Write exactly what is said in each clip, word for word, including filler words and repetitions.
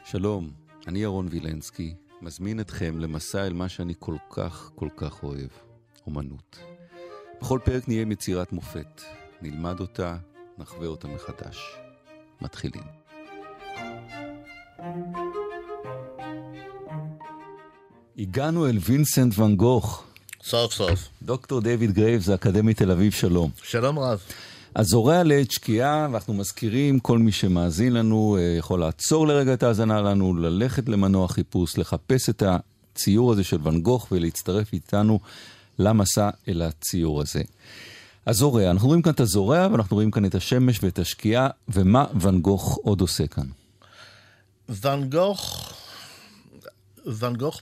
שלום, אני ירון וילנסקי, מזמין אתכם למסע אל מה שאני כל כך כל כך אוהב, אומנות. בכל פרק נהיה יצירת מופת, נלמד אותה, נחווה אותה מחדש. מתחילים. הגענו אל וינסנט ואן גוך. סוף סוף. דוקטור דיוויד גרייבס, האקדמית תל אביב, שלום. שלום רב. הזורע לעת שקיעה, ואנחנו מזכירים, כל מי שמאזין לנו יכול לעצור לרגע את ההאזנה לנו, ללכת למנוע חיפוש, לחפש את הציור הזה של ואן גוך ולהצטרף איתנו למסע אל הציור הזה. הזורע, אנחנו רואים כאן את הזורע ואנחנו רואים כאן את השמש ואת השקיעה, ומה ואן גוך עוד עושה כאן? ואן גוך, ואן גוך,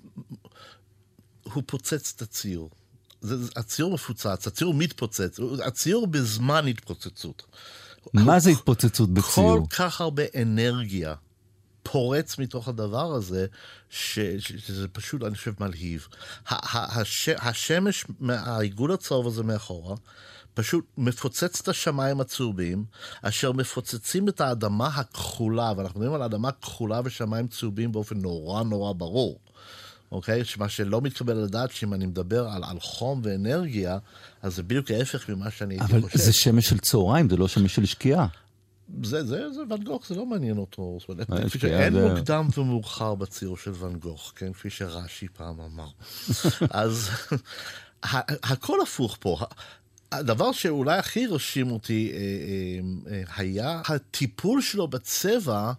הוא פוצץ את הציור. זה, הציור מפוצץ, הציור מתפוצץ, הציור בזמן התפוצצות. מה זה התפוצצות בציור? כל כך הרבה אנרגיה פורץ מתוך הדבר הזה, ש, ש, שזה פשוט, אני חושב, מלהיב. הש, השמש, העיגול הצהוב הזה מאחורה, פשוט מפוצץ את השמיים הצהובים, אשר מפוצצים את האדמה הכחולה, ואנחנו מדברים על האדמה כחולה ושמיים צהובים באופן נורא נורא ברור. אוקיי? מה שלא מתקבל לדעת, שאם אני מדבר על, על חום ואנרגיה, אז זה בדיוק ההפך ממה שאני הייתי אבל חושב. זה שמש של צהריים, זה לא שמש של שקיעה. זה, זה, זה ואן גוך, זה לא מעניין אותו. שקיעה, אין זה... מוקדם ומאוחר בציור של ואן גוך, כן? כפי שרש"י פעם אמר. אז הכל הפוך פה. הדבר שאולי הכי הרשים אותי היה הטיפול שלו בצבע,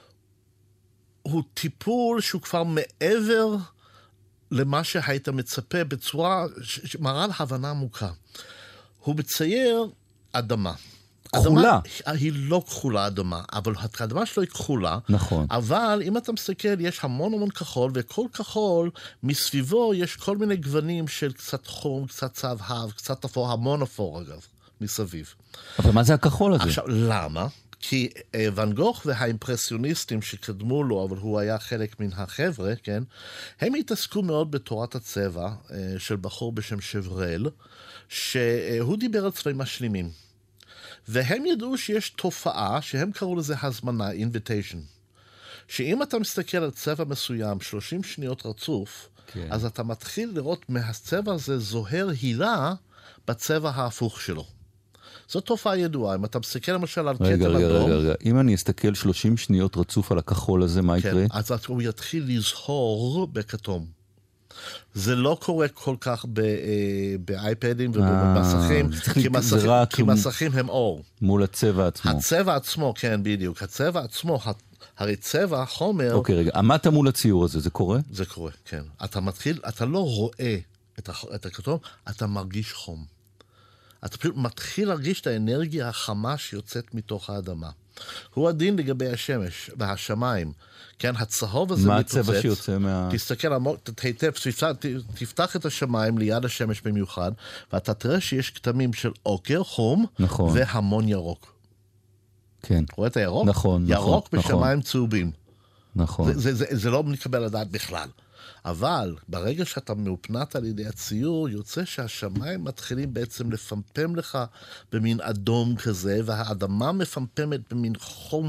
הוא טיפול שהוא כבר מעבר למה שהיית מצפה בצורה שמראה להבנה עמוקה. הוא מצייר אדמה. כחולה. אדמה, היא לא כחולה אדמה, אבל האדמה שלו היא כחולה. נכון. אבל אם אתה מסתכל, יש המון המון כחול, וכל כחול מסביבו יש כל מיני גוונים של קצת חום, קצת צהוב, קצת אפור, המון אפור אגב, מסביב. אבל מה זה הכחול הזה? עכשיו, למה? כי ואן גוך והאימפרסיוניסטים שקדמו לו, אבל הוא היה חלק מן החבר'ה, כן? הם התעסקו מאוד בתורת הצבע של בחור בשם שברל, שהוא דיבר על צבעים משלימים. והם ידעו שיש תופעה שהם קראו לזה הזמנה, invitation. שאם אתה מסתכל על צבע מסוים שלושים שניות רצוף, כן. אז אתה מתחיל לראות מהצבע הזה זוהר הילה בצבע ההפוך שלו. זו תופעה ידועה. אם אתה מסתכל למשל על רגע, כתם רגע, אדום... רגע, רגע. אם אני אסתכל שלושים שניות רצוף על הכחול הזה, מה כן, יקרה? אז הוא יתחיל לזהור בכתום. זה לא קורה כל כך באייפדים ובמסכים, כי מסכים, כי מסכים הם אור. מול הצבע עצמו. הצבע עצמו, כן, בדיוק. הצבע עצמו, הרי צבע, חומר... אוקיי, רגע. עמדת מול הציור הזה, זה קורה? זה קורה, כן. אתה מתחיל, אתה לא רואה את הכתום, אתה מרגיש חום. אתה פשוט מתחיל להרגיש את האנרגיה החמה שיוצאת מתוך האדמה. הוא הדין לגבי השמש והשמיים. כן, הצהוב הזה מה מתפוצץ. מה הצבע שיוצא מה... תסתכל עמוק, היטב, תפתח את השמיים ליד השמש במיוחד, ואתה תראה שיש כתמים של אוקר, חום, נכון. והמון ירוק. כן. רואה את הירוק? נכון, ירוק נכון. בשמיים צהובים. נכון. זה, זה, זה, זה לא מתקבל לדעת בכלל. אבל ברגע שאתה מאופנת על ידי הציור, יוצא שהשמיים מתחילים בעצם לפמפם לך במין אדום כזה, והאדמה מפמפמת במין חום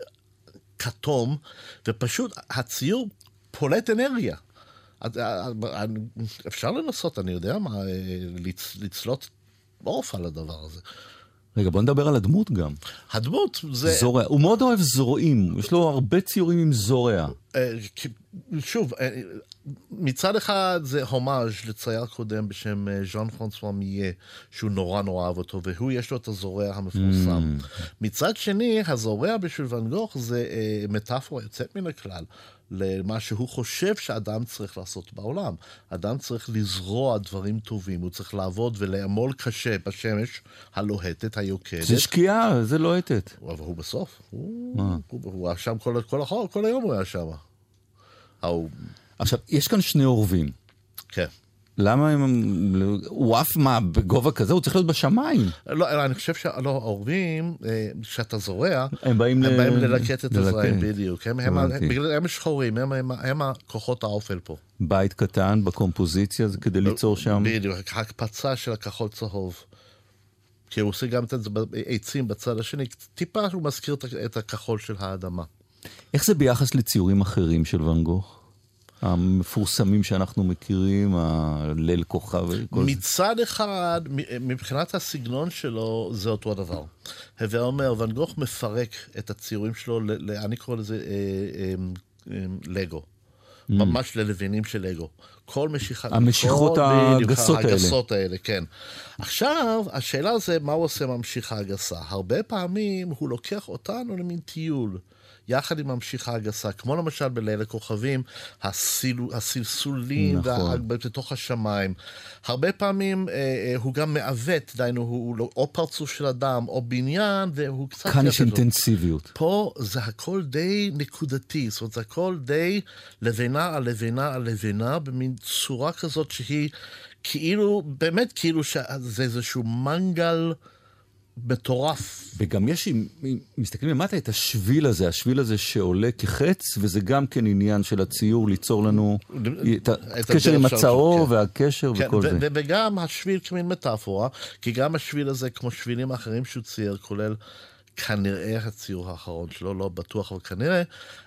כתום, ופשוט הציור פולט אנרגיה. אפשר לנסות, אני יודע מה, לצלות עוף על הדבר הזה. רגע, בוא נדבר על הדמות גם. הדמות זה... זורע. הוא מאוד אוהב זורעים. יש לו הרבה ציורים עם זורע. שוב, מצד אחד זה הומאז' לצייר קודם בשם ז'אן פרנסואה מייה, שהוא נורא נורא אהב אותו, והוא יש לו את הזורע המפורסם. Mm. מצד שני, הזורע בשביל ואן גוך זה מטאפורה יוצאת מן הכלל, למה שהוא חושב שאדם צריך לעשות בעולם. אדם צריך לזרוע דברים טובים, הוא צריך לעבוד ולעמול קשה בשמש הלוהטת, היוקדת. זה שקיעה, זה לוהטת. אבל הוא בסוף, הוא, הוא, הוא היה שם כל, כל, כל, כל היום הוא היה שם. הוא... עכשיו, יש כאן שני עורבים. כן. למה הם... הוא אף מה, בגובה כזה, הוא צריך להיות בשמיים. לא, אני חושב שלא, העורבים, שאתה זורע, הם באים, הם ל... באים ללקט את הזרעים, ללקט. בדיוק. הם, הם, בגלל הם שחורים, הם, הם, הם הכוחות האופל פה. בית קטן בקומפוזיציה, זה כדי ליצור שם... בדיוק, הקפצה של הכחול צהוב. כי הוא עושה גם את עצים בצד השני, טיפה הוא מזכיר את הכחול של האדמה. איך זה ביחס לציורים אחרים של ואן גוך? המפורסמים שאנחנו מכירים, הליל כוכב וכל זה. מצד אחד, מבחינת הסגנון שלו, זה אותו הדבר. הווה אומר, ואן גוך מפרק את הציורים שלו, אני קורא לזה לגו. ממש ללבנים של לגו. כל משיכה... המשיכות הגסות האלה. הגסות האלה, כן. עכשיו, השאלה זה, מה הוא עושה מהמשיכה הגסה? הרבה פעמים הוא לוקח אותנו למין טיול. יחד עם המשיכה הגסה, כמו למשל בליל הכוכבים, הסילו, הסלסולים נכון. בתוך השמיים. הרבה פעמים אה, הוא גם מעוות, דיינו, הוא, הוא או פרצוף של אדם, או בניין, והוא קצת... כאן יש אינטנסיביות. פה זה הכל די נקודתי, זאת אומרת, זה הכל די לבנה על לבנה על לבנה, במין צורה כזאת שהיא כאילו, באמת כאילו שזה איזשהו מנגל... מטורף. וגם יש, אם מסתכלים למטה, את השביל הזה, השביל הזה שעולה כחץ, וזה גם כן עניין של הציור ליצור לנו את הקשר עם הצהוב והקשר וכל זה. וגם השביל כמין מטאפורה, כי גם השביל הזה, כמו שבילים אחרים שהוא צייר, כולל כנראה הציור האחרון שלו, לא בטוח, אבל כנראה,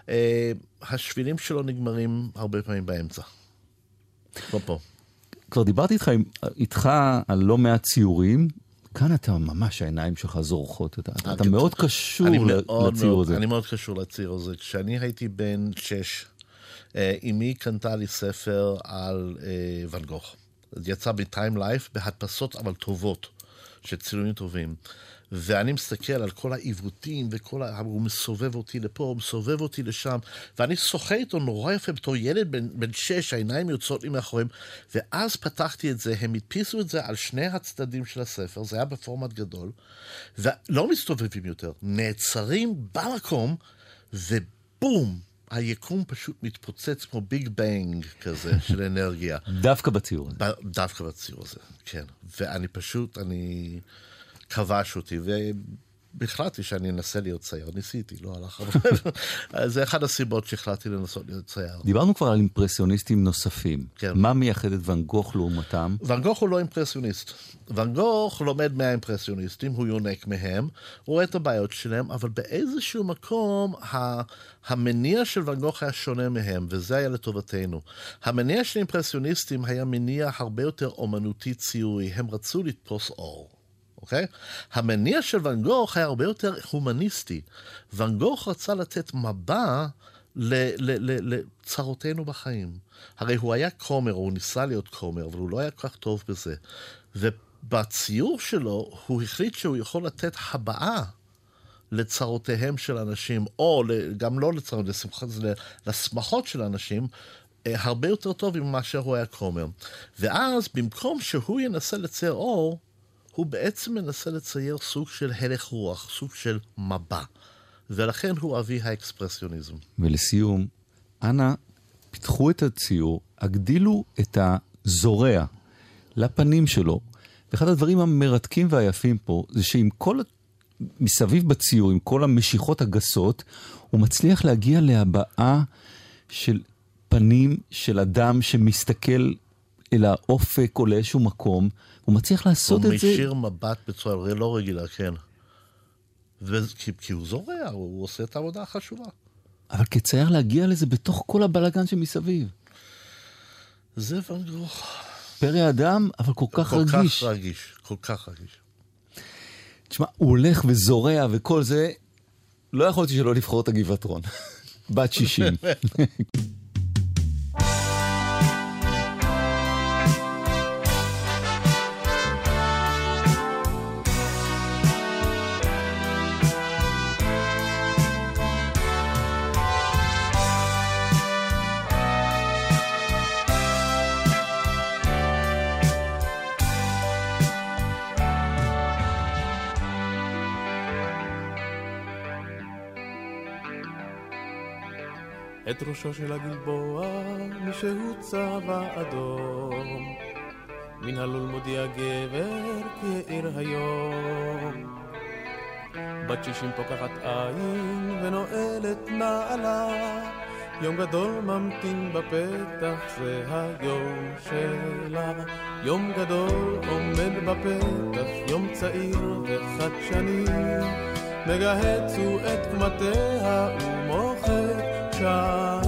השבילים שלו נגמרים הרבה פעמים באמצע. פה פה. כבר דיברתי איתך, איתך על לא מעט ציורים, כאן אתה ממש, העיניים שלך זורחות, אתה, אתה מאוד קשור לציור הזה. אני מאוד קשור לציור הזה. כשאני הייתי בן שש, אמי קנתה לי ספר על ואן גוך. יצא בטיים לייף, בהדפסות אבל טובות, של צילומים טובים. ואני מסתכל על כל העיוותים, וכל ה... הוא מסובב אותי לפה, הוא מסובב אותי לשם, ואני שוחה איתו נורא יפה, בתור ילד בן, בן שש, העיניים יוצאות לי מאחוריהם, ואז פתחתי את זה, הם הדפיסו את זה על שני הצדדים של הספר, זה היה בפורמט גדול, ולא מסתובבים יותר, נעצרים במקום, ובום, היקום פשוט מתפוצץ כמו ביג בנג כזה של אנרגיה. דווקא בציור הזה. דווקא בציור הזה, כן. ואני פשוט, אני... כבש אותי, והחלטתי שאני אנסה להיות צייר. ניסיתי, לא הלך. זה אחד הסיבות שהחלטתי לנסות להיות צייר. דיברנו כבר על אימפרסיוניסטים נוספים. כן. מה מייחד את ואן גוך לעומתם? ואן גוך הוא לא אימפרסיוניסט. ואן גוך לומד מהאימפרסיוניסטים, הוא יונק מהם, הוא רואה את הבעיות שלהם, אבל באיזשהו מקום, המניע של ואן גוך היה שונה מהם, וזה היה לטובתנו. המניע של אימפרסיוניסטים היה מניע הרבה יותר אומנותי ציורי. הם רצו לתפוס אור. אוקיי? המניע של ואן גוך היה הרבה יותר הומניסטי. ואן גוך רצה לתת מבע לצרותינו בחיים. הרי הוא היה קומר, הוא ניסה להיות קומר, אבל הוא לא היה כל כך טוב בזה. ובציור שלו, הוא החליט שהוא יכול לתת הבעה לצרותיהם של אנשים, או גם לא לצרות, לשמחות של אנשים, הרבה יותר טוב ממה שהוא היה קומר. ואז, במקום שהוא ינסה לצייר אור, הוא בעצם מנסה לצייר סוג של הלך רוח, סוג של מבע. ולכן הוא אבי האקספרסיוניזם. ולסיום, אנא, פיתחו את הציור, הגדילו את הזורע לפנים שלו. ואחד הדברים המרתקים והיפים פה, זה שעם כל, מסביב בציור, עם כל המשיכות הגסות, הוא מצליח להגיע להבעה של פנים של אדם שמסתכל אל האופק או לאיזשהו מקום, הוא מצליח לעשות את זה. הוא משאיר מבט בצורה לא רגילה, כן. כי, כי הוא זורע, הוא עושה את העבודה החשובה. אבל כצייר להגיע לזה בתוך כל הבלגן שמסביב. זה ואן גוך. פרא אדם, אבל כל כך כל רגיש. כל כך רגיש, כל כך רגיש. תשמע, הוא הולך וזורע וכל זה, לא יכולתי שלא לבחור את הגבעתרון. בת שישים. את ראשו של הגלבוע מישהו צבע אדום, מן הלול מודיע גבר כי העיר היום. בת שישים פוקחת עין ונועלת נעלה, יום גדול ממתין בפתח, זה היום שלה. יום גדול עומד בפתח, יום צעיר וחדשני, מגהץ הוא את קמתיה ומוחק שם